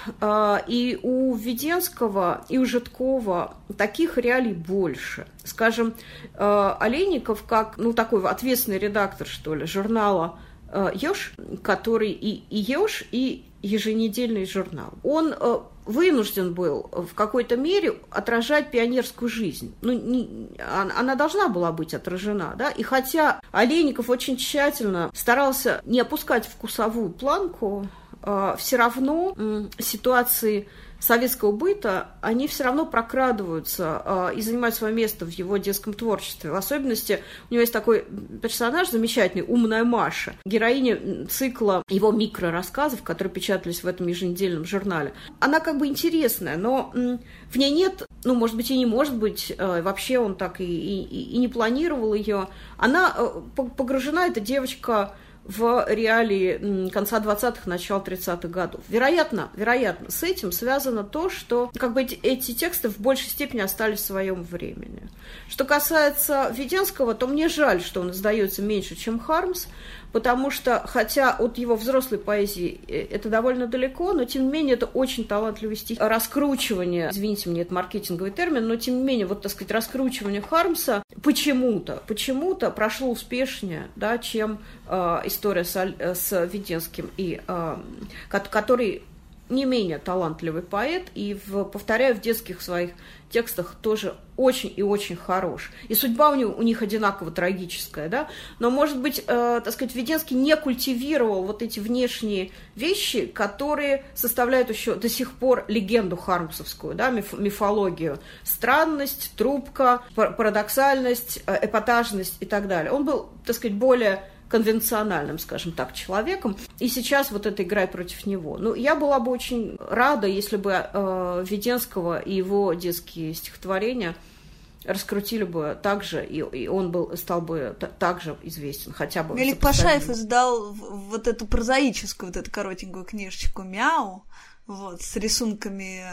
и у Введенского, и у Житкова таких реалий больше. Скажем, Олейников, как, ну, такой ответственный редактор, что ли, журнала «Ёж», который и, и «Ёж», и еженедельный журнал, он вынужден был в какой-то мере отражать пионерскую жизнь. Ну, не, она должна была быть отражена, да, и хотя Олейников очень тщательно старался не опускать вкусовую планку, все равно ситуации советского быта, они все равно прокрадываются и занимают свое место в его детском творчестве. В особенности у него есть такой персонаж замечательный, умная Маша, героиня цикла его микрорассказов, которые печатались в этом еженедельном журнале. Она как бы интересная, но в ней нет, ну, может быть, и не может быть, вообще он так и, и, и не планировал ее. Она погружена, эта девочка, в реалии конца двадцатых, начала тридцатых годов. Вероятно, вероятно, с этим связано то, что как бы эти, эти тексты в большей степени остались в своем времени. Что касается Введенского, то мне жаль, что он издается меньше, чем Хармс, потому что, хотя от его взрослой поэзии это довольно далеко, но тем не менее это очень талантливый стих. Раскручивание, извините мне, это маркетинговый термин, но тем не менее, вот, так сказать, раскручивание Хармса почему-то, почему-то прошло успешнее, да, чем э, история с, с Введенским, и, э, который не менее талантливый поэт, и, в, повторяю, в детских своих текстах тоже очень и очень хорош. И судьба у, него, у них одинаково трагическая, да, но, может быть, э, так сказать, Введенский не культивировал вот эти внешние вещи, которые составляют еще до сих пор легенду хармсовскую, да, миф, мифологию. Странность, трубка, парадоксальность, эпатажность и так далее. Он был, так сказать, более конвенциональным, скажем так, человеком, и сейчас вот это играет против него. Ну, я была бы очень рада, если бы э, Введенского и его детские стихотворения раскрутили бы так же, и, и он был, стал бы т- так же известен, хотя бы... Мелик Пашаев издал вот эту прозаическую, вот эту коротенькую книжечку «Мяу», вот, с рисунками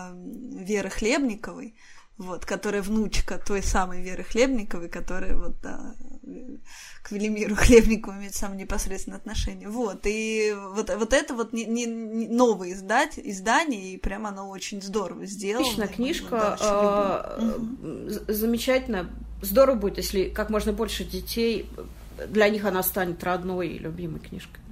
э, Веры Хлебниковой, вот, которая внучка той самой Веры Хлебниковой, которая вот, да, к Велимиру Хлебникову имеет самое непосредственное отношение. Вот, и вот, вот это вот не, не, не новое издать, издание, и прямо оно очень здорово сделано. Отличная книжка, да, угу. Замечательно. Здорово будет, если как можно больше детей, для них она станет родной и любимой книжкой.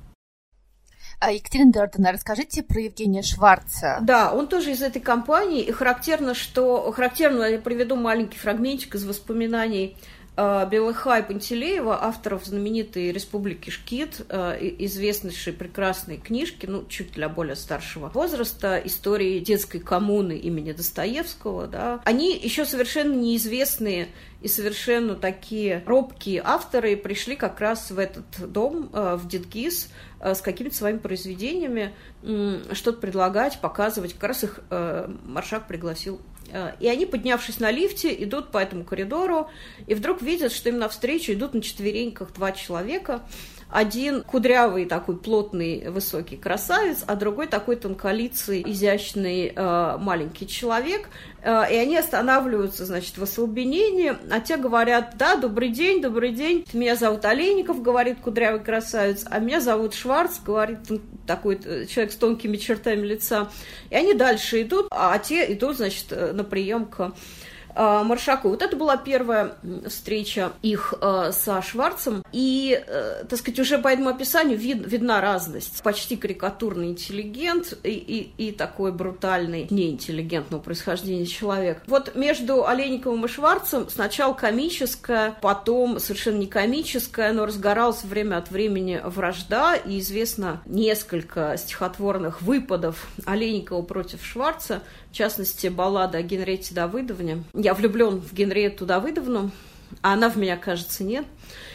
Екатерина Эдуардовна, расскажите про Евгения Шварца. Да, он тоже из этой компании, и характерно, что... Характерно, я приведу маленький фрагментик из воспоминаний Белыха и Пантелеева, авторов знаменитой «Республики Шкит», известнейшей прекрасной книжки, ну, чуть для более старшего возраста, истории детской коммуны имени Достоевского, да. Они еще совершенно неизвестные и совершенно такие робкие авторы пришли как раз в этот дом, в Дитгиз, с какими-то своими произведениями, что-то предлагать, показывать. Как раз их Маршак пригласил. И они, поднявшись на лифте, идут по этому коридору, и вдруг видят, что им навстречу идут на четвереньках два человека. Один кудрявый, такой плотный, высокий красавец, а другой такой тонколицый, изящный э, маленький человек. Э, и они останавливаются, значит, в остолбенении, а те говорят: да, добрый день, добрый день, меня зовут Олейников, говорит кудрявый красавец, а меня зовут Шварц, говорит такой человек с тонкими чертами лица. И они дальше идут, а те идут, значит, на прием к Маршаку. Вот это была первая встреча их э, со Шварцем, и, э, так сказать, уже по этому описанию вид, видна разность. Почти карикатурный интеллигент и, и, и такой брутальный, неинтеллигентного происхождения человек. Вот между Олейниковым и Шварцем сначала комическая, потом совершенно не комическая, но разгоралась время от времени вражда, и известно несколько стихотворных выпадов Олейникова против Шварца, в частности, баллада о Генриетте Давыдовне. Я влюблен в Генриетту Давыдовну, а она в меня, кажется, нет.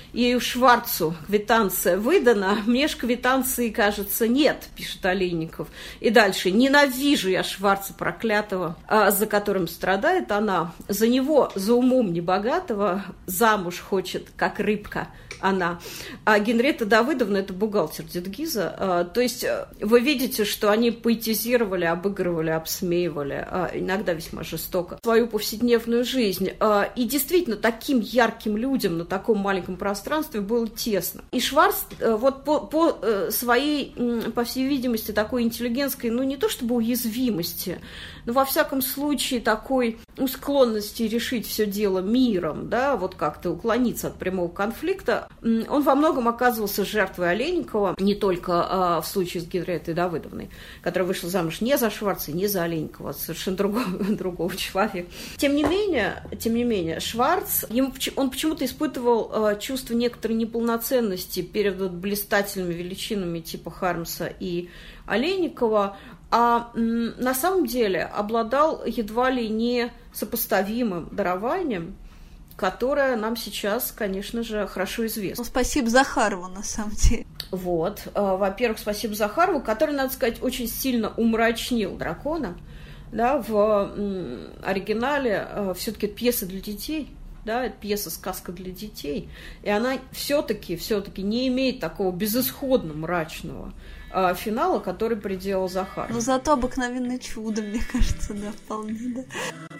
ею Шварцу квитанция выдана, мне ж квитанции, кажется, нет, пишет Олейников. И дальше. Ненавижу я Шварца проклятого, за которым страдает она. За него, за умом небогатого, замуж хочет, как рыбка, она. А Генриетта Давыдовна – это бухгалтер Дедгиза. То есть вы видите, что они поэтизировали, обыгрывали, обсмеивали, иногда весьма жестоко, свою повседневную жизнь. И действительно, таким ярким людям на таком маленьком пространстве было тесно. И Шварц вот по, по своей, по всей видимости, такой интеллигентской, ну не то чтобы уязвимости, но во всяком случае такой склонности решить все дело миром, да, вот как-то уклониться от прямого конфликта, он во многом оказывался жертвой Олейникова, не только а, в случае с Генриеттой Давыдовной, которая вышла замуж не за Шварца, не за Олейникова, а совершенно другого, другого человека. Тем не менее, тем не менее, Шварц, ему, он почему-то испытывал а, чувство некоторой неполноценности перед вот блистательными величинами типа Хармса и Олейникова, а м, на самом деле обладал едва ли не сопоставимым дарованием, которое нам сейчас, конечно же, хорошо известно. Ну, спасибо Захарову, на самом деле. Вот. Во-первых, спасибо Захарову, который, надо сказать, очень сильно умрачнил дракона. Да, в м, оригинале все-таки пьеса для детей. Да, это пьеса-сказка для детей. И она все-таки, все-таки не имеет такого безысходно мрачного э, финала, который приделал Захаров. Но зато обыкновенное чудо, мне кажется, да, вполне, да.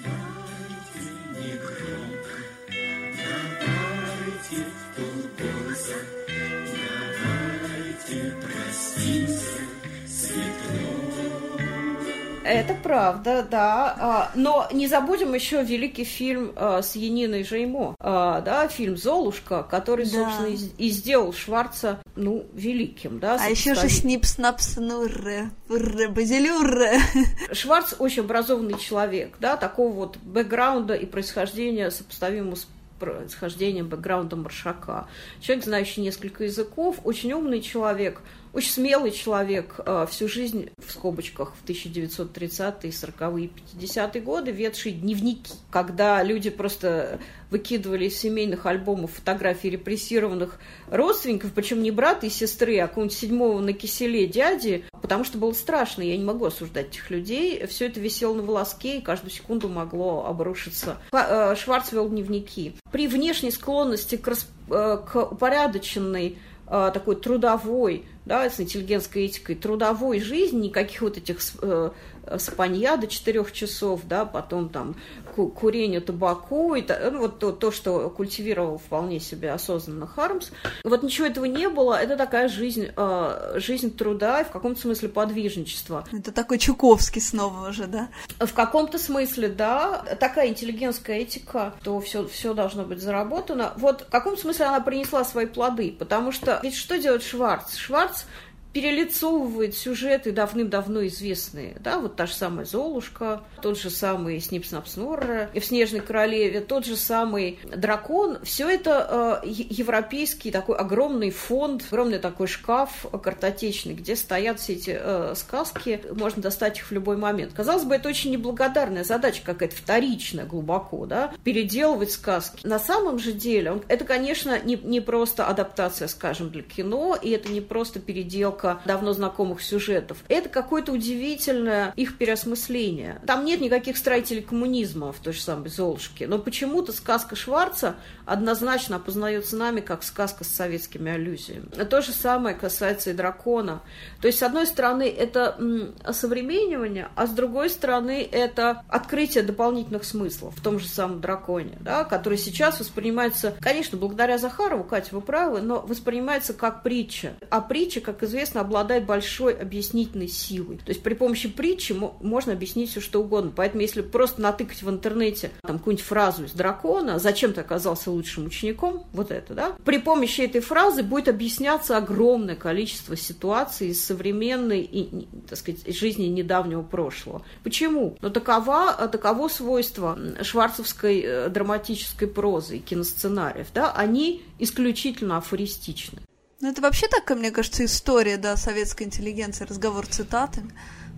Это правда, да. Но не забудем еще великий фильм с Яниной Жеймо, да, фильм «Золушка», который, да, собственно, и сделал Шварца, ну, великим, да. А еще же «Снип-снапс, ну, ре, ре, базилюре». Шварц очень образованный человек, да, такого вот бэкграунда и происхождения сопоставимого с происхождением, бэкграундом Маршака. Человек, знающий несколько языков, очень умный человек, очень смелый человек, всю жизнь, в скобочках, в тысяча девятьсот тридцатые, сороковые, пятидесятые годы ведший дневники, когда люди просто выкидывали из семейных альбомов фотографии репрессированных родственников, причем не брата и сестры, а какого-нибудь седьмого на киселе дяди, потому что было страшно, я не могу осуждать этих людей. Все это висело на волоске, и каждую секунду могло обрушиться. Шварц вел дневники. При внешней склонности к, расп... к упорядоченной, такой трудовой, да, с интеллигентской этикой, трудовой жизни, никаких вот этих э, спанья до четырех часов, да, потом там курение табаку, и, ну, вот то, то, что культивировал вполне себе осознанно Хармс. Вот ничего этого не было, это такая жизнь, э, жизнь труда и в каком-то смысле подвижничества. Это такой Чуковский снова уже, да? В каком-то смысле, да, такая интеллигентская этика, то все, все должно быть заработано. Вот в каком смысле она принесла свои плоды, потому что ведь что делает Шварц? Шварц перелицовывает сюжеты давным-давно известные, да, вот та же самая «Золушка», тот же самый «Снип-снап-снорре», и в «Снежной королеве», тот же самый «Дракон». Все это э, европейский такой огромный фонд, огромный такой шкаф картотечный, где стоят все эти э, сказки, можно достать их в любой момент. Казалось бы, это очень неблагодарная задача, какая-то вторичная глубоко, да, переделывать сказки. На самом же деле, он, это, конечно, не, не просто адаптация, скажем, для кино, и это не просто переделка давно знакомых сюжетов. Это какое-то удивительное их переосмысление. Там нет никаких строителей коммунизма в той же самой «Золушке», но почему-то сказка Шварца однозначно опознается нами как сказка с советскими аллюзиями. То же самое касается и «Дракона». То есть, с одной стороны, это м, осовременивание, а с другой стороны, это открытие дополнительных смыслов в том же самом «Драконе», да, который сейчас воспринимается, конечно, благодаря Захарову, Катя, вы правы, но воспринимается как притча. А притча, как известно, обладает большой объяснительной силой. То есть при помощи притчи можно объяснить все, что угодно. Поэтому если просто натыкать в интернете там какую-нибудь фразу из «Дракона», «Зачем ты оказался лучшим учеником?» Вот это, да? При помощи этой фразы будет объясняться огромное количество ситуаций из современной и, так сказать, жизни недавнего прошлого. Почему? Но такова, таково свойство шварцевской драматической прозы и киносценариев, да? Они исключительно афористичны. Ну, это вообще такая, мне кажется, история, да, советской интеллигенции, разговор цитатами.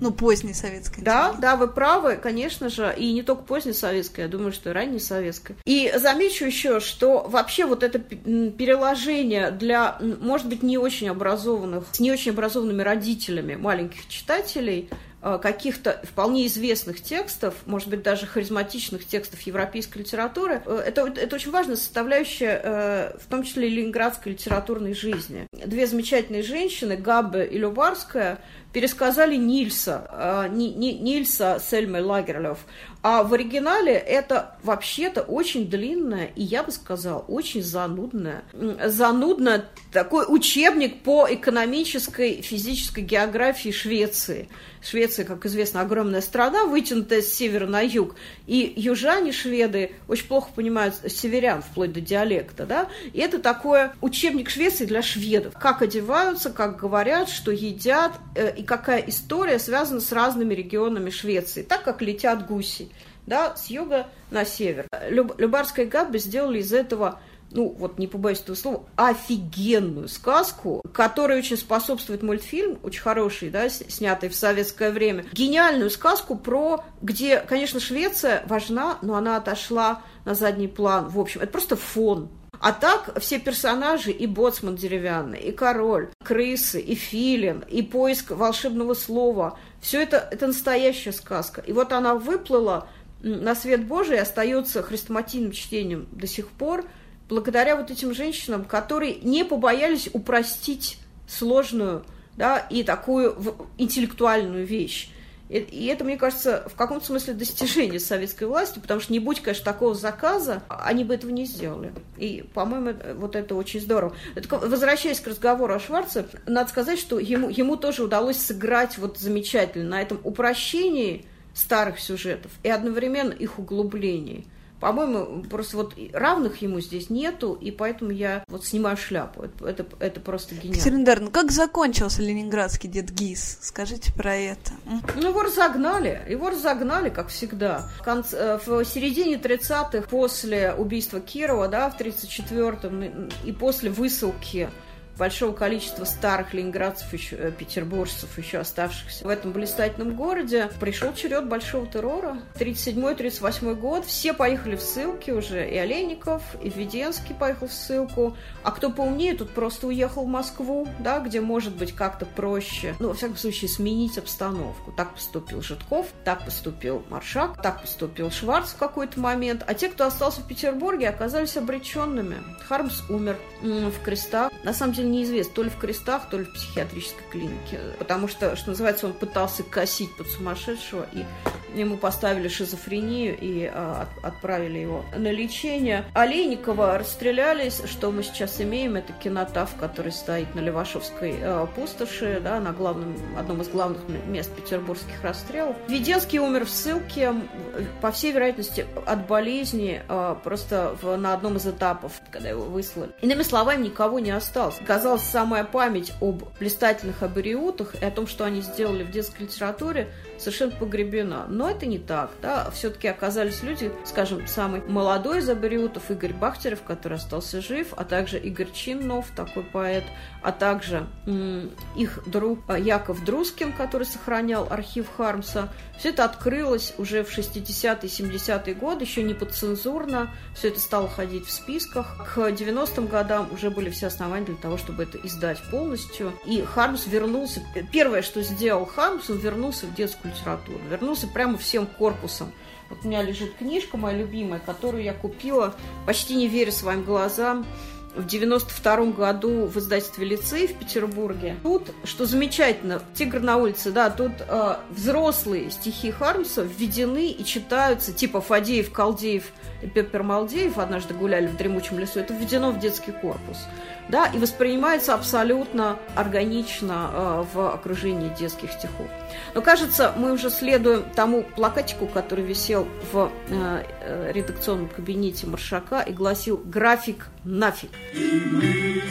Ну, поздней советской. Да, да, вы правы, конечно же, и не только поздней советской, я думаю, что и ранней советской. И замечу еще, что вообще вот это переложение для, может быть, не очень образованных, с не очень образованными родителями маленьких читателей каких-то вполне известных текстов, может быть, даже харизматичных текстов европейской литературы, это, это очень важная составляющая, в том числе и ленинградской литературной жизни. Две замечательные женщины, Габбе и Любарская, пересказали Нильса, Нильса с Эльмой Лагерлёв. А в оригинале это вообще-то очень длинное и, я бы сказала, очень занудное, занудное такой учебник по экономической, физической географии Швеции. Швеция, как известно, огромная страна, вытянутая с севера на юг, и южане, шведы, очень плохо понимают северян, вплоть до диалекта, да, и это такой учебник Швеции для шведов. Как одеваются, как говорят, что едят, э, и какая история связана с разными регионами Швеции, так как летят гуси, да, с юга на север. Люб, Любарская и Габбе сделали из этого, ну, вот не побоюсь этого слова, офигенную сказку, которой очень способствует мультфильм, очень хороший, да, снятый в советское время. Гениальную сказку про, где, конечно, Швеция важна, но она отошла на задний план. В общем, это просто фон. А так все персонажи, и боцман деревянный, и король, крысы, и филин, и поиск волшебного слова, все это, это настоящая сказка. И вот она выплыла на свет Божий и остается хрестоматийным чтением до сих пор, благодаря вот этим женщинам, которые не побоялись упростить сложную, да, и такую интеллектуальную вещь. И, и это, мне кажется, в каком-то смысле достижение советской власти, потому что не будь, конечно, такого заказа, они бы этого не сделали. И, по-моему, вот это очень здорово. Это, возвращаясь к разговору о Шварце, надо сказать, что ему, ему тоже удалось сыграть вот замечательно на этом упрощении старых сюжетов и одновременно их углублении. По-моему, просто вот равных ему здесь нету, и поэтому я вот снимаю шляпу. Это, это, это просто гениально. Катерина Дарьевна, ну как закончился ленинградский дед Гиз? Скажите про это. Ну, его разогнали. Его разогнали, как всегда. В, конце, в середине тридцатых, после убийства Кирова, да, в тридцать четвёртом, и после высылки большого количества старых ленинградцев, еще, петербуржцев, еще оставшихся в этом блистательном городе, пришел черед большого террора. тридцать седьмой — тридцать восьмой год, все поехали в ссылки уже, и Олейников, и Введенский поехал в ссылку, а кто поумнее, тут просто уехал в Москву, да, где может быть как-то проще, ну, во всяком случае, сменить обстановку. Так поступил Житков, так поступил Маршак, так поступил Шварц в какой-то момент, а те, кто остался в Петербурге, оказались обреченными. Хармс умер в крестах, на самом деле неизвестно, то ли в крестах, то ли в психиатрической клинике, потому что, что называется, он пытался косить под сумасшедшего, и ему поставили шизофрению и а, отправили его на лечение. Олейникова расстреляли. Что мы сейчас имеем, это кинотаф, который стоит на Левашовской а, пустоши, да, на главном, одном из главных мест петербургских расстрелов. Введенский умер в ссылке, по всей вероятности, от болезни, а, просто в, на одном из этапов, когда его выслали. Иными словами, никого не осталось. Казалось, самая память об блистательных абориутах и о том, что они сделали в детской литературе, совершенно погребена. Но это не так. Да? Все-таки оказались люди, скажем, самый молодой из абориутов, Игорь Бахтерев, который остался жив, а также Игорь Чиннов, такой поэт, а также м- их друг Яков Друскин, который сохранял архив Хармса. Все это открылось уже в шестидесятые, семидесятые годы, еще не подцензурно. Все это стало ходить в списках. К девяностым годам уже были все основания для того, чтобы это издать полностью. И Хармс вернулся. Первое, что сделал Хармс, он вернулся в детскую литературу. Вернулся прямо всем корпусом. Вот у меня лежит книжка моя любимая, которую я купила, почти не веря своим глазам, в девяносто втором году в издательстве «Лицей» в Петербурге. Тут, что замечательно, «Тигр на улице», да, тут э, взрослые стихи Хармса введены и читаются, типа Фадеев, Колдеев и Пеппер Малдеев «Однажды гуляли в дремучем лесу». Это введено в детский корпус, да, и воспринимается абсолютно органично э, в окружении детских стихов. Но, кажется, мы уже следуем тому плакатику, который висел в э, э, редакционном кабинете Маршака и гласил «График нафиг». И мы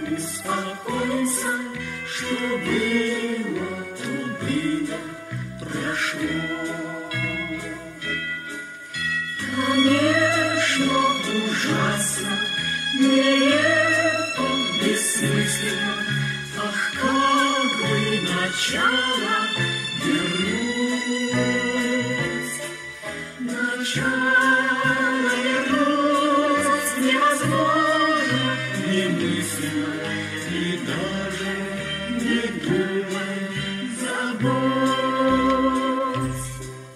беспокоимся, что было, то было, прошло. Конечно, ужасно, нелепо, бессмысленно, ах, как бы начало вернуть. начало вернуть невозможно, немыслимо и даже не думай забудь.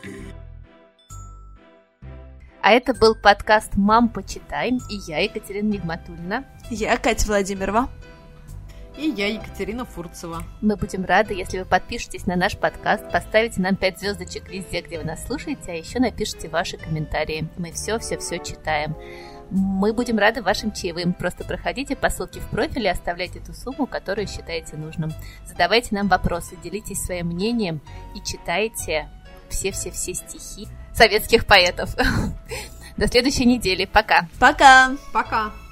А это был подкаст «Мам, почитай», и я, Екатерина Нигматульна. Я Катя Владимирова. И я, Екатерина Фурцева. Мы будем рады, если вы подпишетесь на наш подкаст, поставите нам пять звездочек везде, где вы нас слушаете, а еще напишите ваши комментарии. Мы все-все-все читаем. Мы будем рады вашим чаевым. Просто проходите по ссылке в профиле и оставляйте ту сумму, которую считаете нужным. Задавайте нам вопросы, делитесь своим мнением и читайте все-все-все стихи советских поэтов. До следующей недели. Пока. Пока. Пока.